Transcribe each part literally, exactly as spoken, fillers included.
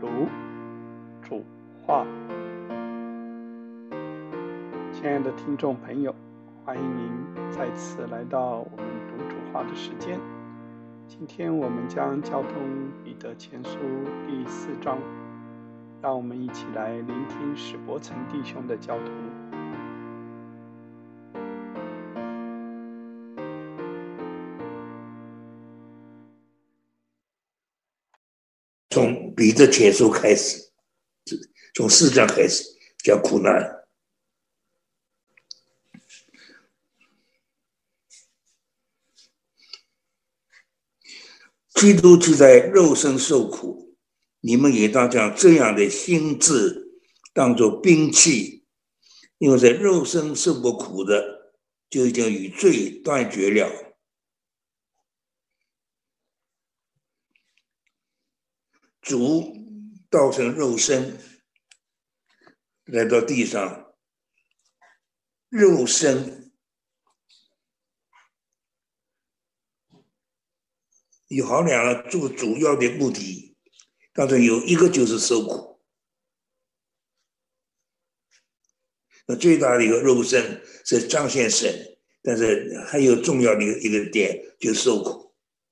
读主话。亲爱的听众朋友，欢迎您再次来到我们读主话的时间。今天我们将交通彼得前书第四章，让我们一起来聆听史伯成弟兄的交通。 从彼得前书开始，从四章开始讲苦难。基督既在肉身受苦，你们也当将这样的心志当作兵器，因为在肉身受过苦的，就已经与罪断绝了。主道成肉身来到地上，肉身有好两个做主要的目的，当中有一个就是受苦。那最大的一个肉身是彰显神，但是还有重要的一个点就是受苦。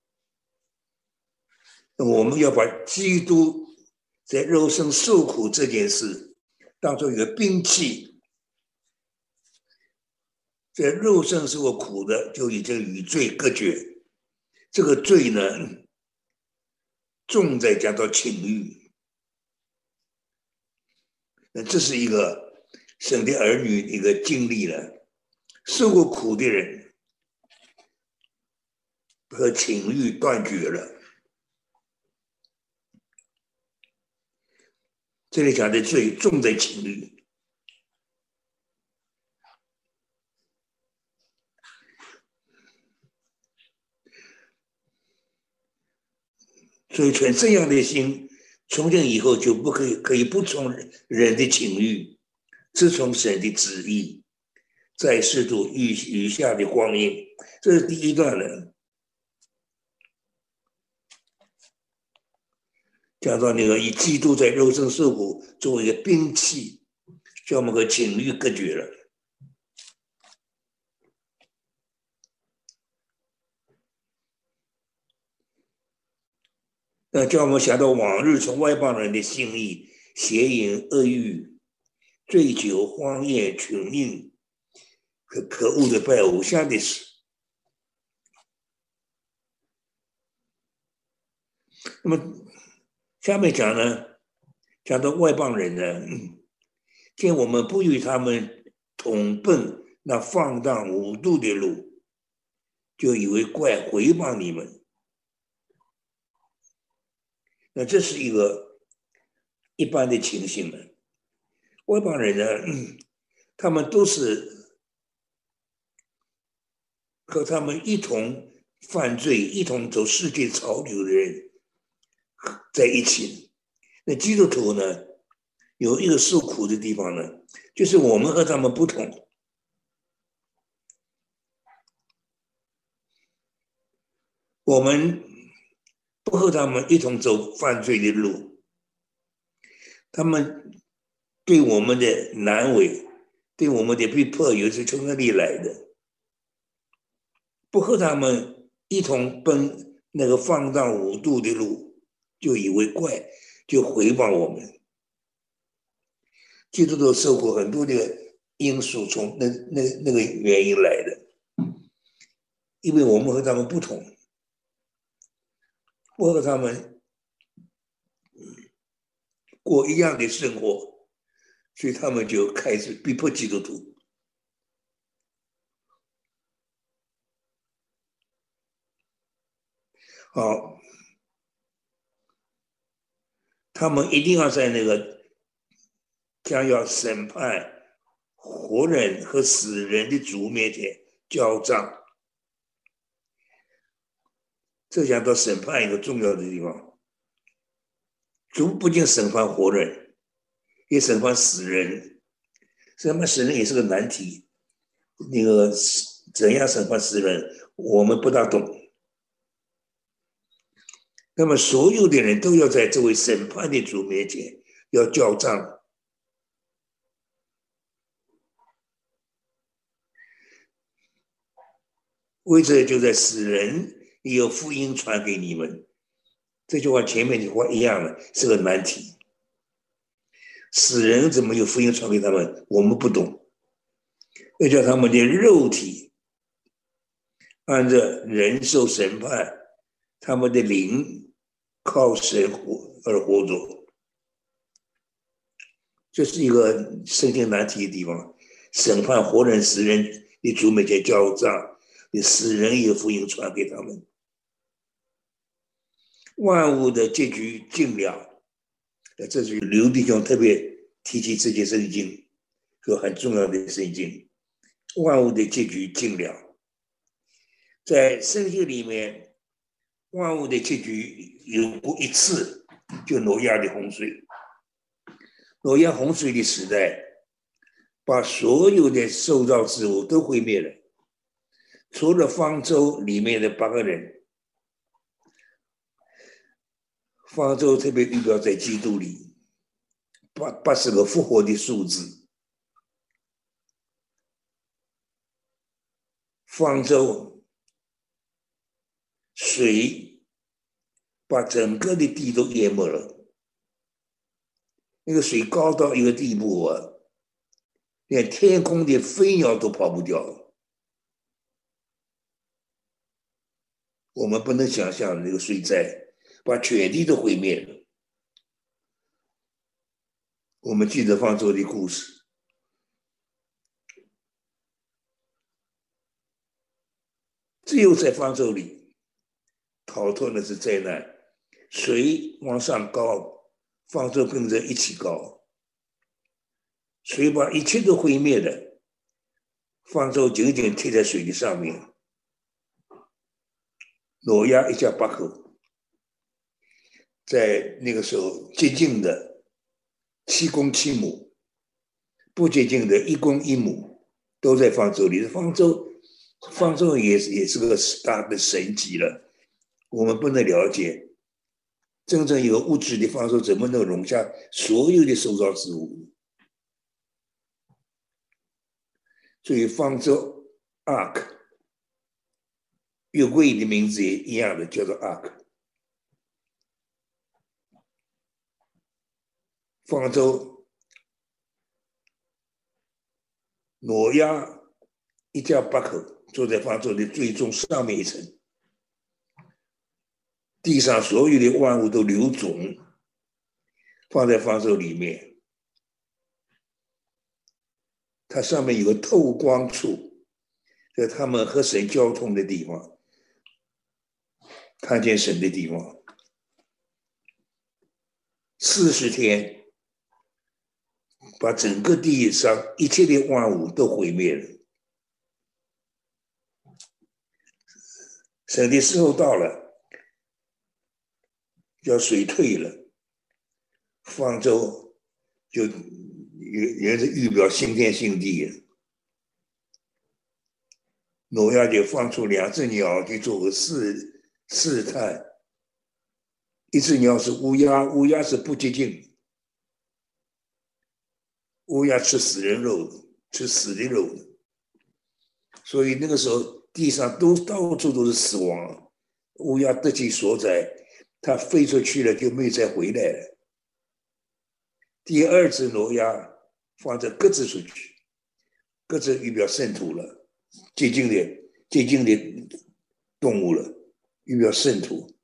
那我们要把基督在肉身受苦这件事当作一个兵器，在肉身受过苦的就已经与罪隔绝。这个罪呢，重在讲到情欲，那这是一个神的儿女一个经历了，受过苦的人和情欲断绝了。这里讲的罪重在情欲，所以存这样的心，从今以后就不可以可以不从人的情欲，只从神的旨意，在世度余余下的光阴。这是第一段了，讲到那个以基督在肉身受苦作为一个兵器，叫我们和情欲隔绝了。那叫我们想到往日从外邦人的心意、邪淫、恶欲、醉酒、荒宴、群饮和可恶的拜偶像的事。那么下面讲呢，讲到外邦人呢，见我们不与他们同奔那放荡无度的路，就以为怪，回谤你们。那这是一个一般的情形呢。外邦人呢，他们都是和他们一同犯罪、一同走世界潮流的人在一起。那基督徒呢，有一个受苦的地方呢，就是我们和他们不同。我们不和他们一同走犯罪的路，他们对我们的难为，对我们的逼迫，也是从那里来的。不和他们一同奔那个放荡无度的路，就以为怪，就回谤我们。基督徒受过很多的因素，从那那那个原因来的，因为我们和他们不同。不和他们过一样的生活，所以他们就开始逼迫基督徒。好，他们一定要在那个将要审判活人和死人的主面前交账。这讲到审判一个重要的地方，主不仅审判活人，也审判死人。审判死人也是个难题，那个怎样审判死人，我们不大懂。 那么所有的人都要在这位审判的主面前要交账。为这就在死人也有福音传给你们，这句话前面的话一样的，是个难题。死人怎么有福音传给他们？我们不懂，要叫他们的肉体按着人受审判，他们的灵靠神活而活着。这是一个圣经难题的地方。审判活人死人的主面前交账，死人也有福音传给他们。万物的结局尽了，这是刘弟兄特别提起这件圣经，说很重要的圣经。万物的结局尽了，在圣经里面，万物的结局有过一次，就挪亚的洪水。挪亚洪水的时代，把所有的受造之物都毁灭了，除了方舟里面的八个人。方舟特别预表在基督里，八八是个复活的数字。方舟水把整个的地都淹没了，那个水高到一个地步啊，连天空的飞鸟都跑不掉。我们不能想象那个水灾把全地都毁灭了。我们记得方舟的故事，只有在方舟里逃脱的是灾难，水往上高，方舟跟着一起高，水把一切都毁灭了，方舟紧紧贴在水的上面。挪亚一家八口，在那个时候接近的七公七母，不接近的一公一母，都在方舟里。方舟方舟也是也是个大的神迹了，我们不能了解，真正有物质的方舟怎么能容下所有的受造之物？所以方舟 Ark， 约柜的名字也一样的，叫做 Ark。方舟挪亚一家八口坐在方舟的最终上面一层，地上所有的万物都留种放在方舟里面，它上面有个透光处，在他们和神交通的地方，看见神的地方。四十天把整个地上一切的万物都毁灭了。神的时候到了，要水退了，方舟就也是预表新天新地了。挪亚就放出两只鸟去做个试试探，一只鸟是乌鸦，乌鸦是不洁净，乌鸦吃死人肉，吃死的肉，所以那个时候地上都到处都是死亡，乌鸦得其所在，它飞出去了就没再回来了。第二只挪亚放着鸽子出去，鸽子预表圣徒了，接近的接近的动物了，预表圣徒。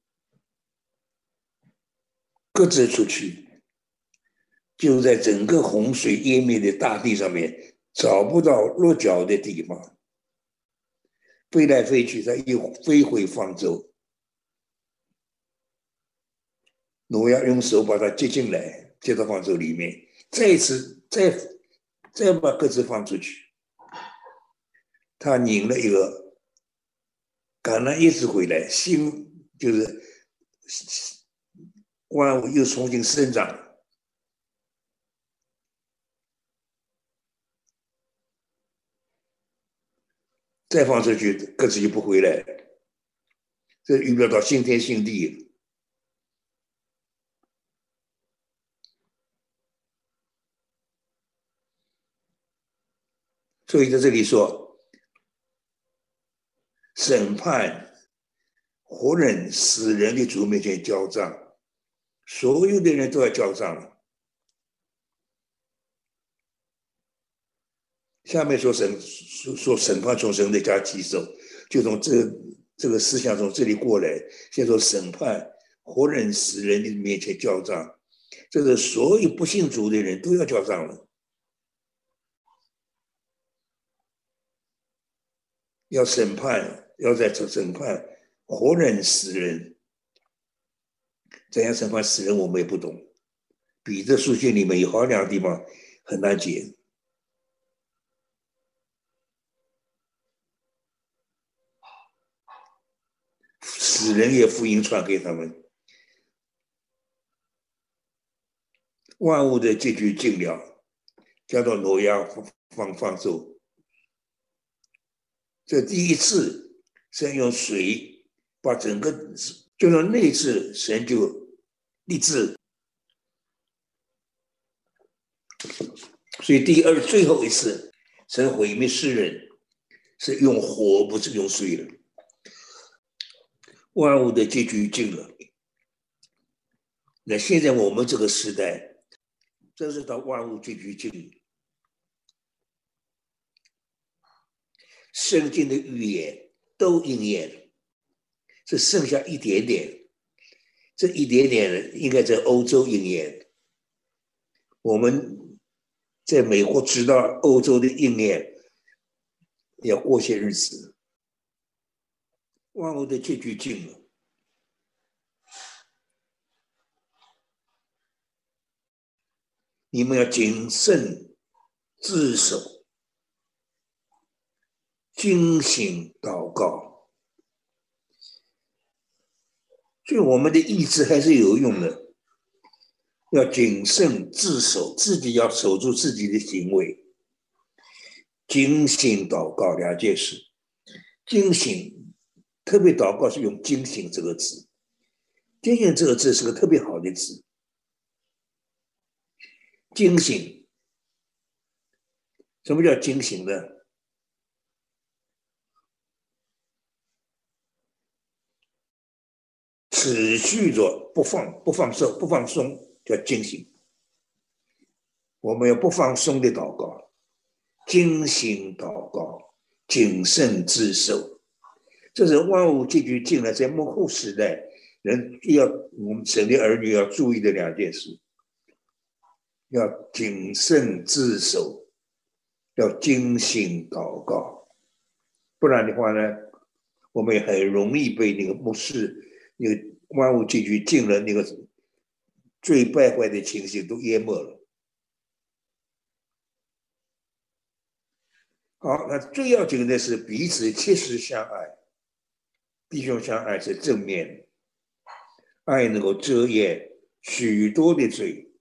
鸽子出去，就在整个洪水淹灭的大地上面找不到落脚的地方，飞来飞去，它又飞回方舟。挪亚用手把它接进来，接到方舟里面，再一次再再把鸽子放出去。他拧了一个橄榄叶子回来，新就是万物又重新生长。再放出去，鸽子就不回来了，这预表到新天新地了。 所以在这里说，审判活人死人的主面前交账，所有的人都要交账了。下面说审说审判从神的家起手，就从这个这个思想从这里过来。先说审判活人死人的面前交账，这是所有不信主的人都要交账了，要审判，要在审判活人死人。怎样审判死人我们也不懂，彼得书信里面有好两个地方很难解。死人也福音传给他们，万物的结局尽了，叫做挪亚放放手。这第一次神用水把整个，就说那次神就立志，所以第二最后一次神毁灭世人是用火，不是用水了。万物的结局尽了。那现在我们这个时代，这是到万物结局尽了。圣经的预言都应验了，只剩下一点点，这一点点应该在欧洲应验。我们在美国知道欧洲的应验，要过些日子。万物的结局尽了，你们要谨慎自守，警醒祷告。所以我们的意志还是有用的，要谨慎自守，自己要守住自己的行为。警醒祷告两件事，警醒，特别祷告是用警醒这个字，警醒这个字是个特别好的字。警醒，什么叫警醒呢？持续着不放不放手不放松，叫警醒。我们要不放松的祷告，警醒祷告，谨慎自守，这是万物结局尽了，在末后时代人要我们神的儿女要注意的两件事，要谨慎自守，要警醒祷告。不然的话呢，我们也很容易被那个牧师那个万物结局尽了那个最败坏的情形都淹没了。好，那最要紧的是彼此切实相爱，弟兄相爱是正面，爱能够遮掩许多的罪。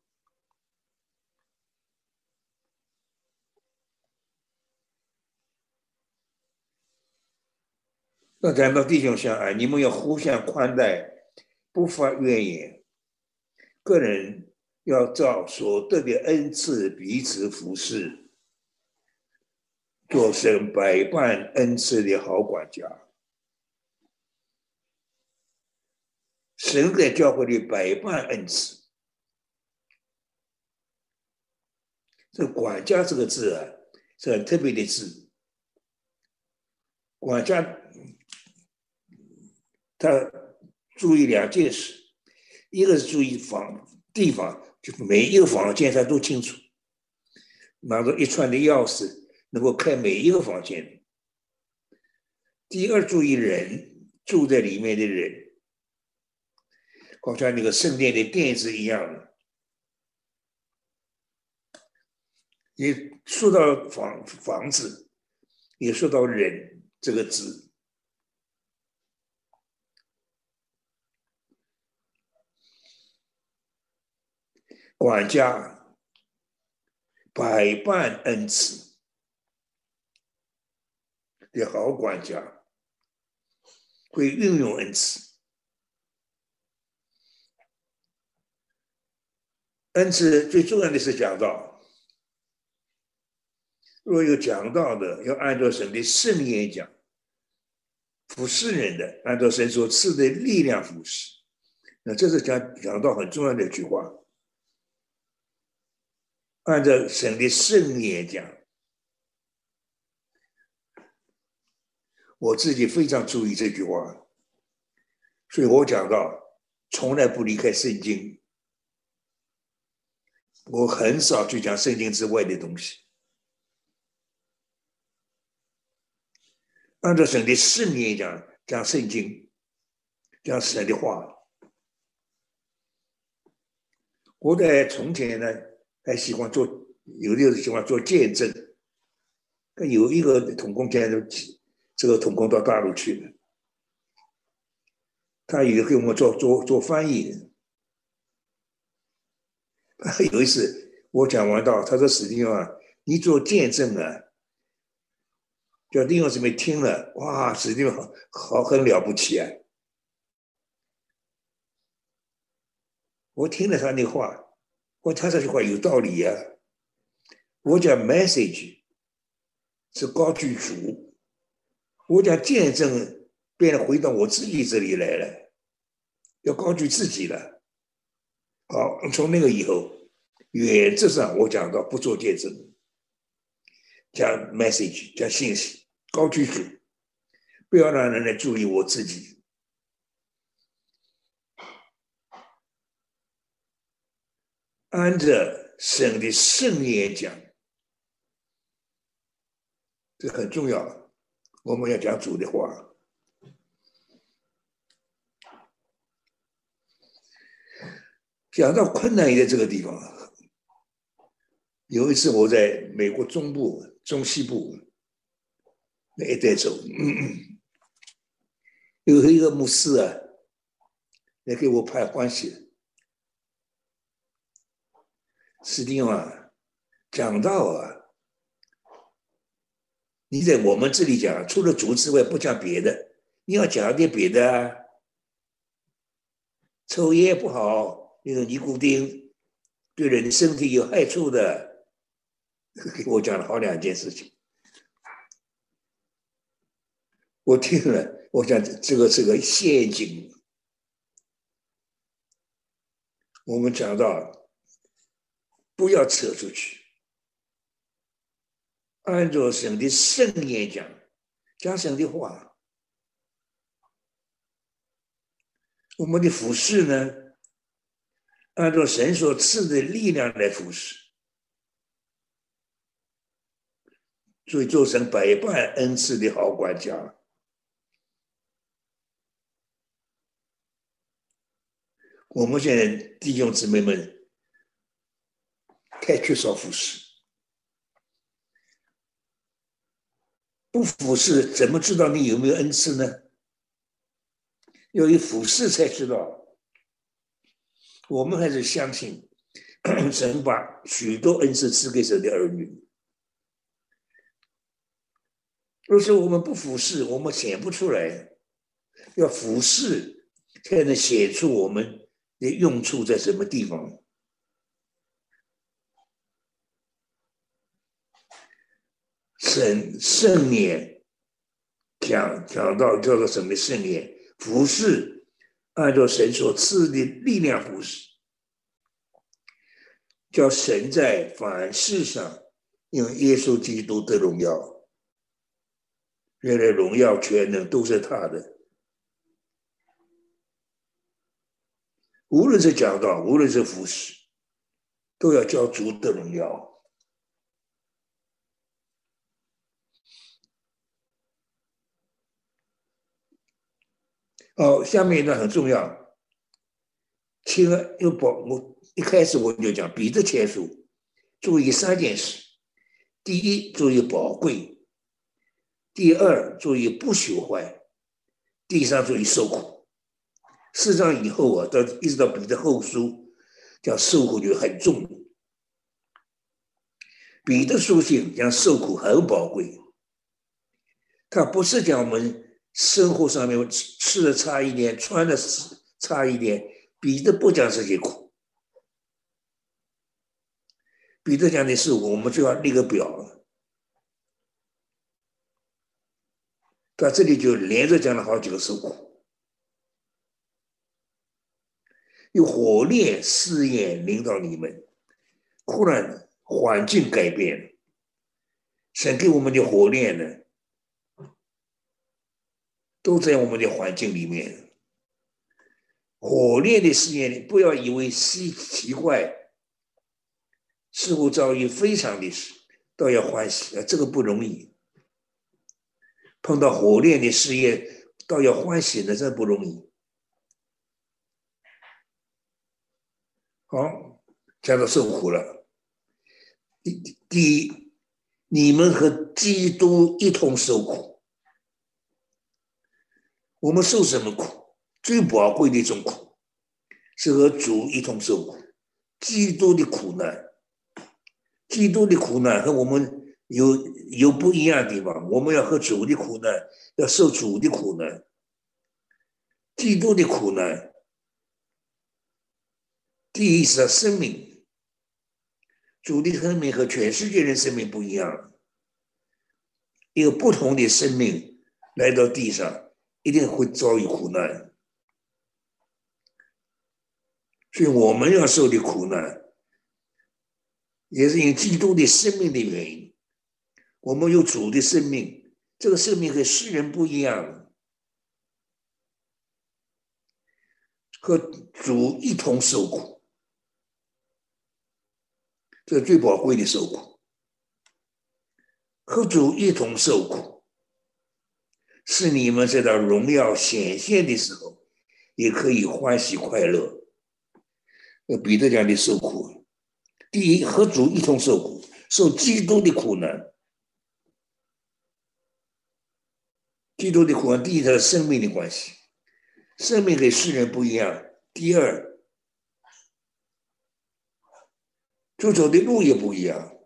那谈到弟兄相爱，你们要互相宽待，不发怨言，个人要照所得的恩赐彼此服侍，做神百般恩赐的好管家。神在教会里百般恩赐，这管家这个字啊，是很特别的字。管家他注意两件事，一个是注意房地方，就每一个房间他都清楚，拿着一串的钥匙能够开每一个房间。第二，注意人，住在里面的人，好像那个圣殿的垫子一样的。你说到房房子，也说到人这个字。管家百般恩赐的好管家，会运用恩赐。恩赐最重要的是讲到， 若有讲道的，要按照神的圣言讲；服侍人的，按照神所赐的力量服侍。那这是讲讲到很重要的一句话，按照神的圣言讲。我自己非常注意这句话，所以我讲到从来不离开圣经，我很少去讲圣经之外的东西。按照神的圣言讲，讲圣经，讲神的话。我在从前呢，还喜欢做，有的人喜欢做见证。有一个同工现在这个同工到大陆去了，他也给我们做做做翻译。有一次我讲完道，他说：“史蒂芬，你做见证啊。”叫弟兄姊妹听了，哇，史蒂芬好好很了不起啊！我听了他那话，我他这句话有道理啊。我讲 message 是高举主，我讲见证变得回到我自己这里来了，要高举自己了。好，从那个以后，原则上我讲到不做见证，讲 message 讲信息，高举主，不要让人来注意我自己。按着神的圣言讲，这很重要。我们要讲主的话。讲到困难的这个地方，有一次我在美国中部、中西部那一带走，嗯、有一个牧师啊，来给我派关系。史蒂芬啊，讲到啊，你在我们这里讲，除了主之外不讲别的，你要讲点别的啊。抽烟不好，那个尼古丁对人的身体有害处的，给我讲了好两件事情。我听了，我想这个是个陷阱。我们讲到不要扯出去，按照神的圣言讲，讲神的话。我们的服事呢，按照神所赐的力量来服事，所以做成百般恩赐的好管家。我们现在弟兄姊妹们太缺少服事，不服事怎么知道你有没有恩赐呢？要有服事才知道。我们还是相信神把许多恩赐赐给神的儿女。若是我们不服事，我们显不出来。要服事才能显出我们的用处在什么地方。神圣言讲讲到叫做什么圣言？服事按照神所赐的力量服事，叫神在凡事上用耶稣基督的荣耀。原来荣耀全能都是他的，无论是讲道，无论是服事，都要叫主的荣耀。哦，下面一段很重要。亲爱又宝，我一开始我就讲彼得前书，注意三件事：第一，注意宝贵；第二，注意不朽坏；第三，注意受苦。四章以后啊，到一直到彼得后书，讲受苦就很重。彼得书信讲受苦很宝贵，他不是讲我们生活上面吃的差一点，穿的差一点，彼得不讲这些苦。彼得讲的是我们就要立个表， 他这里就连着讲了好几个受苦，有火炼试验领导你们，忽然环境改变，神给我们的火炼呢，都在我们的环境里面。火炼的试验，不要以为奇奇怪，事物遭遇非常的事，都要欢喜啊，这个不容易。碰到火炼的试验，倒要欢喜的，这不容易。好，讲到受苦了。第一，你们和基督一同受苦。我们受什么苦？最宝贵的一种苦，是和主一同受苦。基督的苦难，基督的苦难和我们有有不一样的地方。我们要和主的苦难，要受主的苦难。基督的苦难，第一是他生命，主的生命和全世界人生命不一样，一个不同的生命来到地上，一定会遭遇苦难。所以我们要受的苦难，也是因基督的生命的原因。我们有主的生命，这个生命和世人不一样，和主一同受苦，这是最宝贵的受苦。和主一同受苦，是你们在到荣耀显现的时候，也可以欢喜快乐。彼得讲的受苦，第一，和主一同受苦，受基督的苦难。基督的苦难，第一，他的生命的关系，生命跟世人不一样。第二，主走的路也不一样，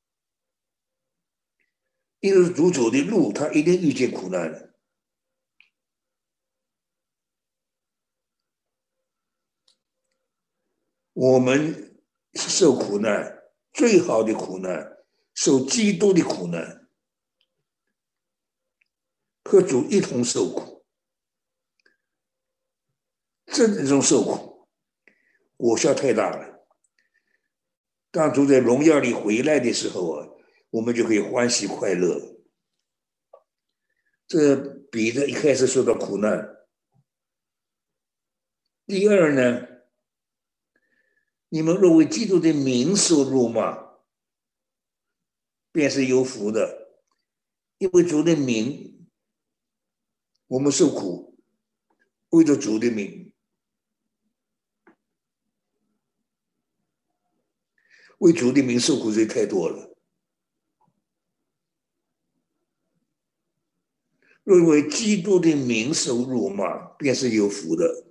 因为主走的路，他一定遇见苦难的。我们受苦难，最好的苦难，受基督的苦难，和主一同受苦。这种受苦果效太大了。当主在荣耀里回来的时候啊，我们就可以欢喜快乐。这彼得一开始受到苦难。第二呢，你们若为基督的名受辱骂，便是有福的，因为主的名，我们受苦，为着主的名，为主的名受苦罪太多了。若为基督的名受辱骂，便是有福的。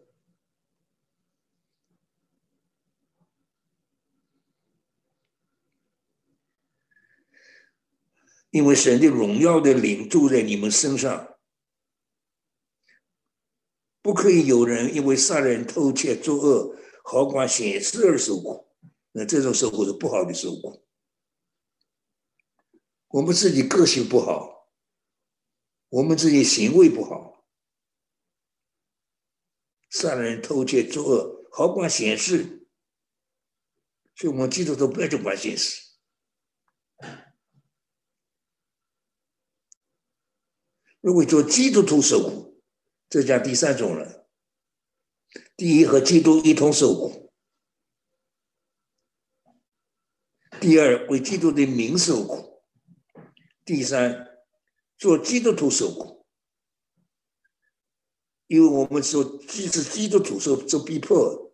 因为神的荣耀的灵住在你们身上，不可以有人因为杀人、偷窃、作恶、好管闲事而受苦。那这种受苦是不好的受苦。我们自己个性不好，我们自己行为不好，杀人、偷窃、作恶、好管闲事，所以我们基督徒不要去管闲事。如果做基督徒受苦，这讲第三种了。第一，和基督一同受苦；第二，为基督的名受苦；第三，做基督徒受苦。因为我们说，既是基督徒受受逼迫，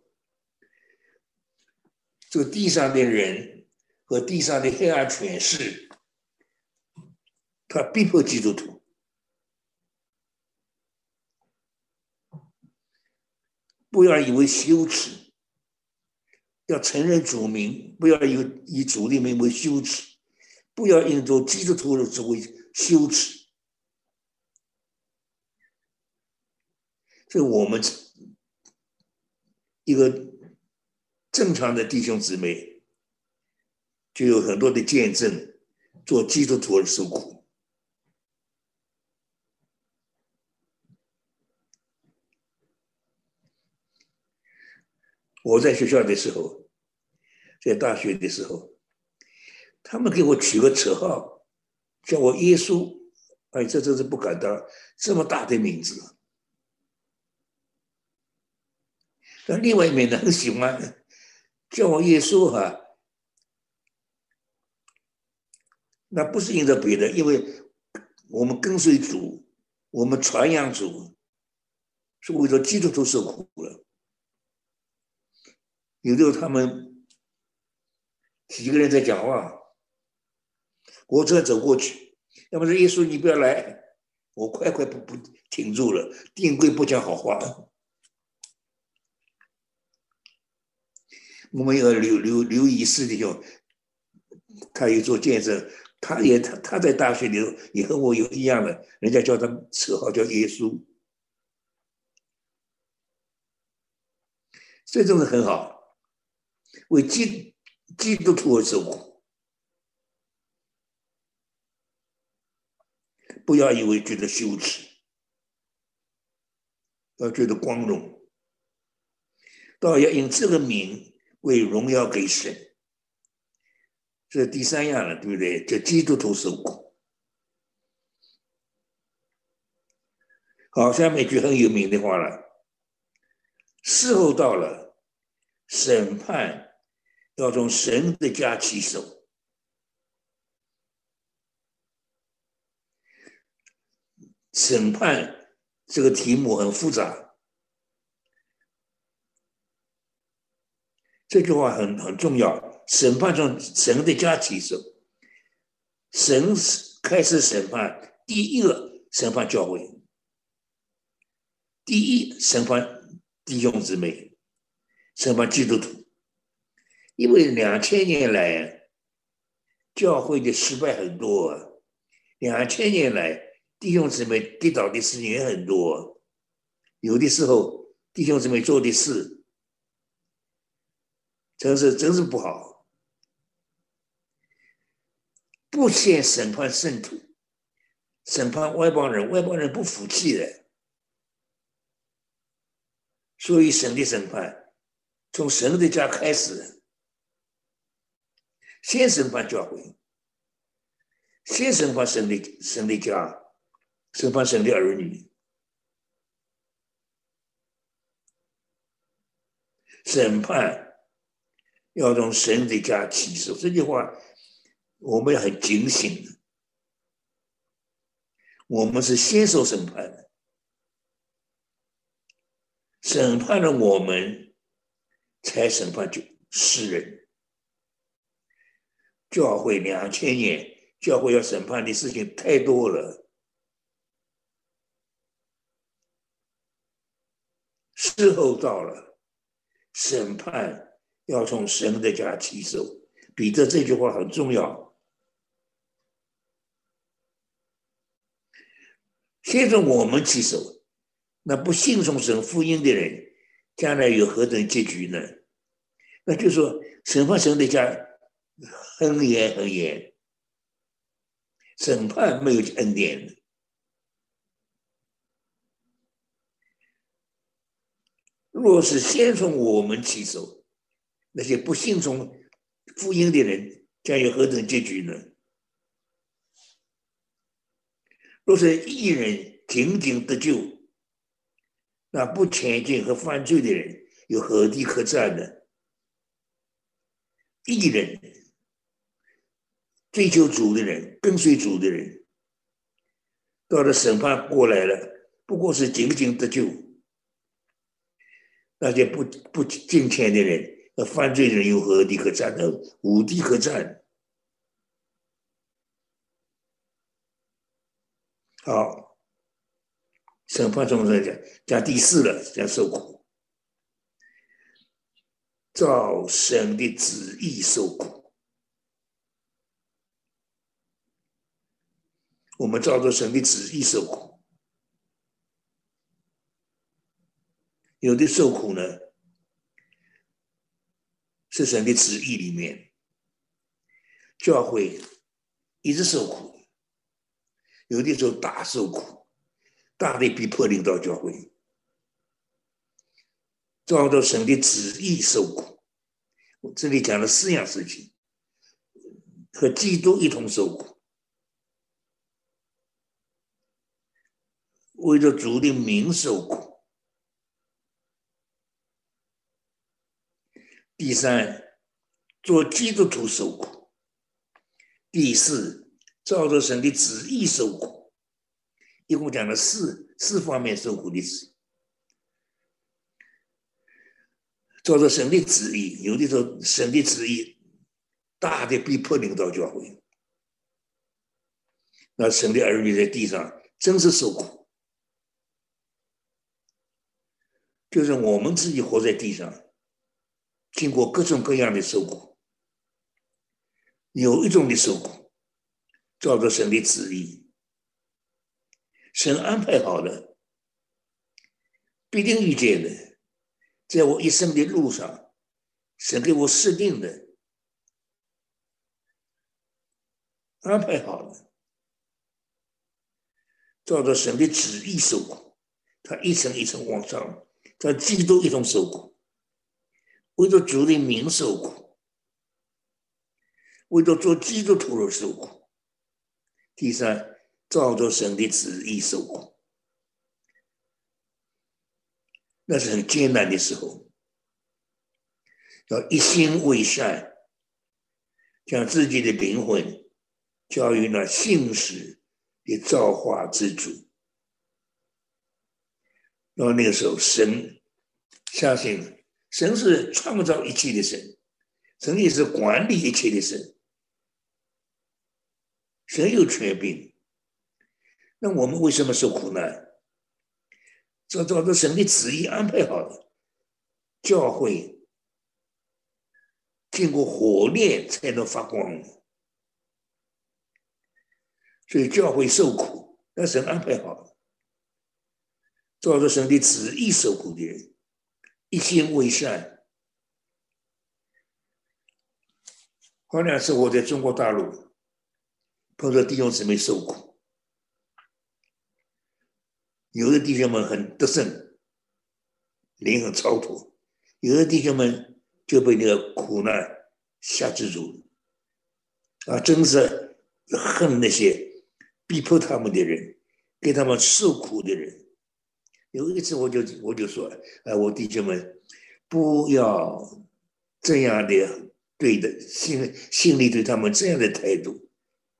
这个地上的人和地上的黑暗权势，他逼迫基督徒。不要以为羞耻，要承认主名，不要以以主的名为羞耻，不要因着基督徒的作为羞耻。所以我们一个正常的弟兄姊妹，就有很多的见证，做基督徒而受苦。 我在学校的时候，在大学的时候，他们给我取个绰号，叫我耶稣。哎，这真是不敢当，这么大的名字。那另外一面呢，很喜欢叫我耶稣哈、啊，那不是因着别的，因为我们跟随主，我们传扬主，是为了基督徒受苦了。有的时候他们几个人在讲话，我正走过去，要么是耶稣你不要来，我快快不不停住了，定规不讲好话。我们有刘刘刘医师弟兄，他也做见证，他也他他在大学里头也和我有一样的，人家叫他绰号叫耶稣，这种人很好，为基基督徒而受苦，不要以为觉得羞耻，要觉得光荣，倒要因这个名为荣耀给神。这第三样了，对不对？叫基督徒受苦。好，下面一句很有名的话了：时候到了，审判要从神的家起手。审判这个题目很复杂，这句话很很重要。审判从神的家起手，神开始审判，第一个审判教会，第一审判弟兄姊妹，审判基督徒。因为两千年来教会的失败很多，两千年来弟兄姊妹跌倒的事情也很多，有的时候弟兄姊妹做的事真是真是不好。不先审判圣徒，审判外邦人，外邦人不服气的，所以神的审判从神的家开始，先审判教会，先审判神的神的家，审判神的儿女。审判要从神的家起手，这句话我们要很警醒的。我们是先受审判的，审判了我们，才审判世人。教会两千年，教会要审判的事情太多了。时候到了，审判要从神的家起手。彼得这句话很重要。先从我们起手，那不信从神福音的人，将来有何等结局呢？那就是说，审判神的家很严很严，审判没有恩典的。若是先从我们起手，那些不信从福音的人将有何等结局呢？若是义人仅仅得救，那不前进和犯罪的人有何地可站呢？义人，追求主的人，跟随主的人，到了审判过来了，不过是仅仅得救。那些不不敬虔的人和犯罪的人有何地可站？那无地可站。好，审判中人讲讲第四了，讲受苦，照神的旨意受苦。我们照着神的旨意受苦，有的受苦呢，是神的旨意里面，教会一直受苦，有的时候大受苦，大的逼迫领导教会， 照着神的旨意受苦。我这里讲了四样事情，和基督一同受苦，为了主的名受苦。第三，做基督徒受苦。第四，照着神的旨意受苦。一共讲了四四方面受苦的事。照着神的旨意，有的时候神的旨意大的逼迫领导教会，那神的儿女在地上真是受苦，就是我们自己活在地上，经过各种各样的受苦。有一种的受苦，照着神的旨意，神安排好了，必定遇见的，在我一生的路上，神给我设定的，安排好了，照着神的旨意受苦，他一层一层往上，他基督一同受苦，为了主的名受苦，为了做基督徒而受苦。第三，照着神的旨意受苦，那是很艰难的时候，要一心为善，将自己的灵魂交于那信实的造化之主。然后那个时候，神相信神是创造一切的神，神也是管理一切的神，神有权柄。那我们为什么受苦难？照着神的旨意安排好了，教会经过火炼才能发光，所以教会受苦，那神安排好了，照着神的旨意受苦的人，一心为善。后两次我在中国大陆碰到弟兄姊妹受苦，有的弟兄们很得胜，灵很超脱，有的弟兄们就被那个苦难辖制住了，啊，真是恨那些逼迫他们的人，给他们受苦的人。有一次我就我就说，哎，我弟兄们不要这样的对的心心里对他们这样的态度，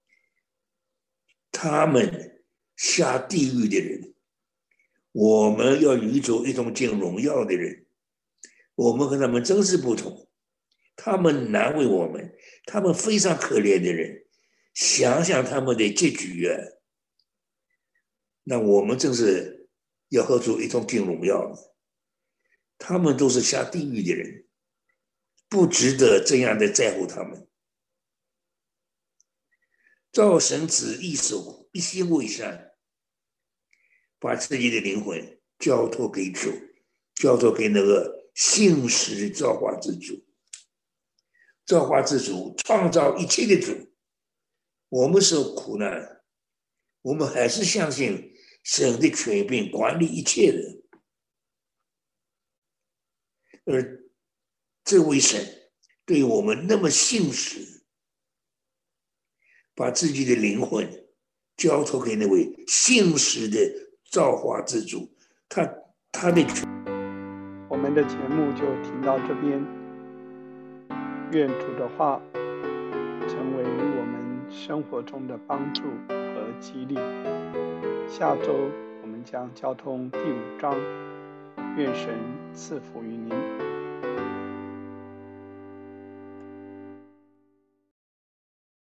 他们下地狱的人，我们要与主一同进荣耀的人，我们和他们真是不同。他们难为我们，他们非常可怜的人，想想他们的结局啊，那我们真是要和主一同进荣耀。他们都是下地狱的人，不值得这样的在乎他们。照神旨意受苦，一心为善，把自己的灵魂交托给主，交托给那个信实的造化之主。造化之主，创造一切的主。我们受苦难，我们还是相信神的权柄管理一切的。而这位神对我们那么信实，把自己的灵魂交托给那位信实的造化之主，他他的权。 我们的节目就听到这边，愿主的话成为我们生活中的帮助和激励。下周我们将交通第五章，愿神赐福于您。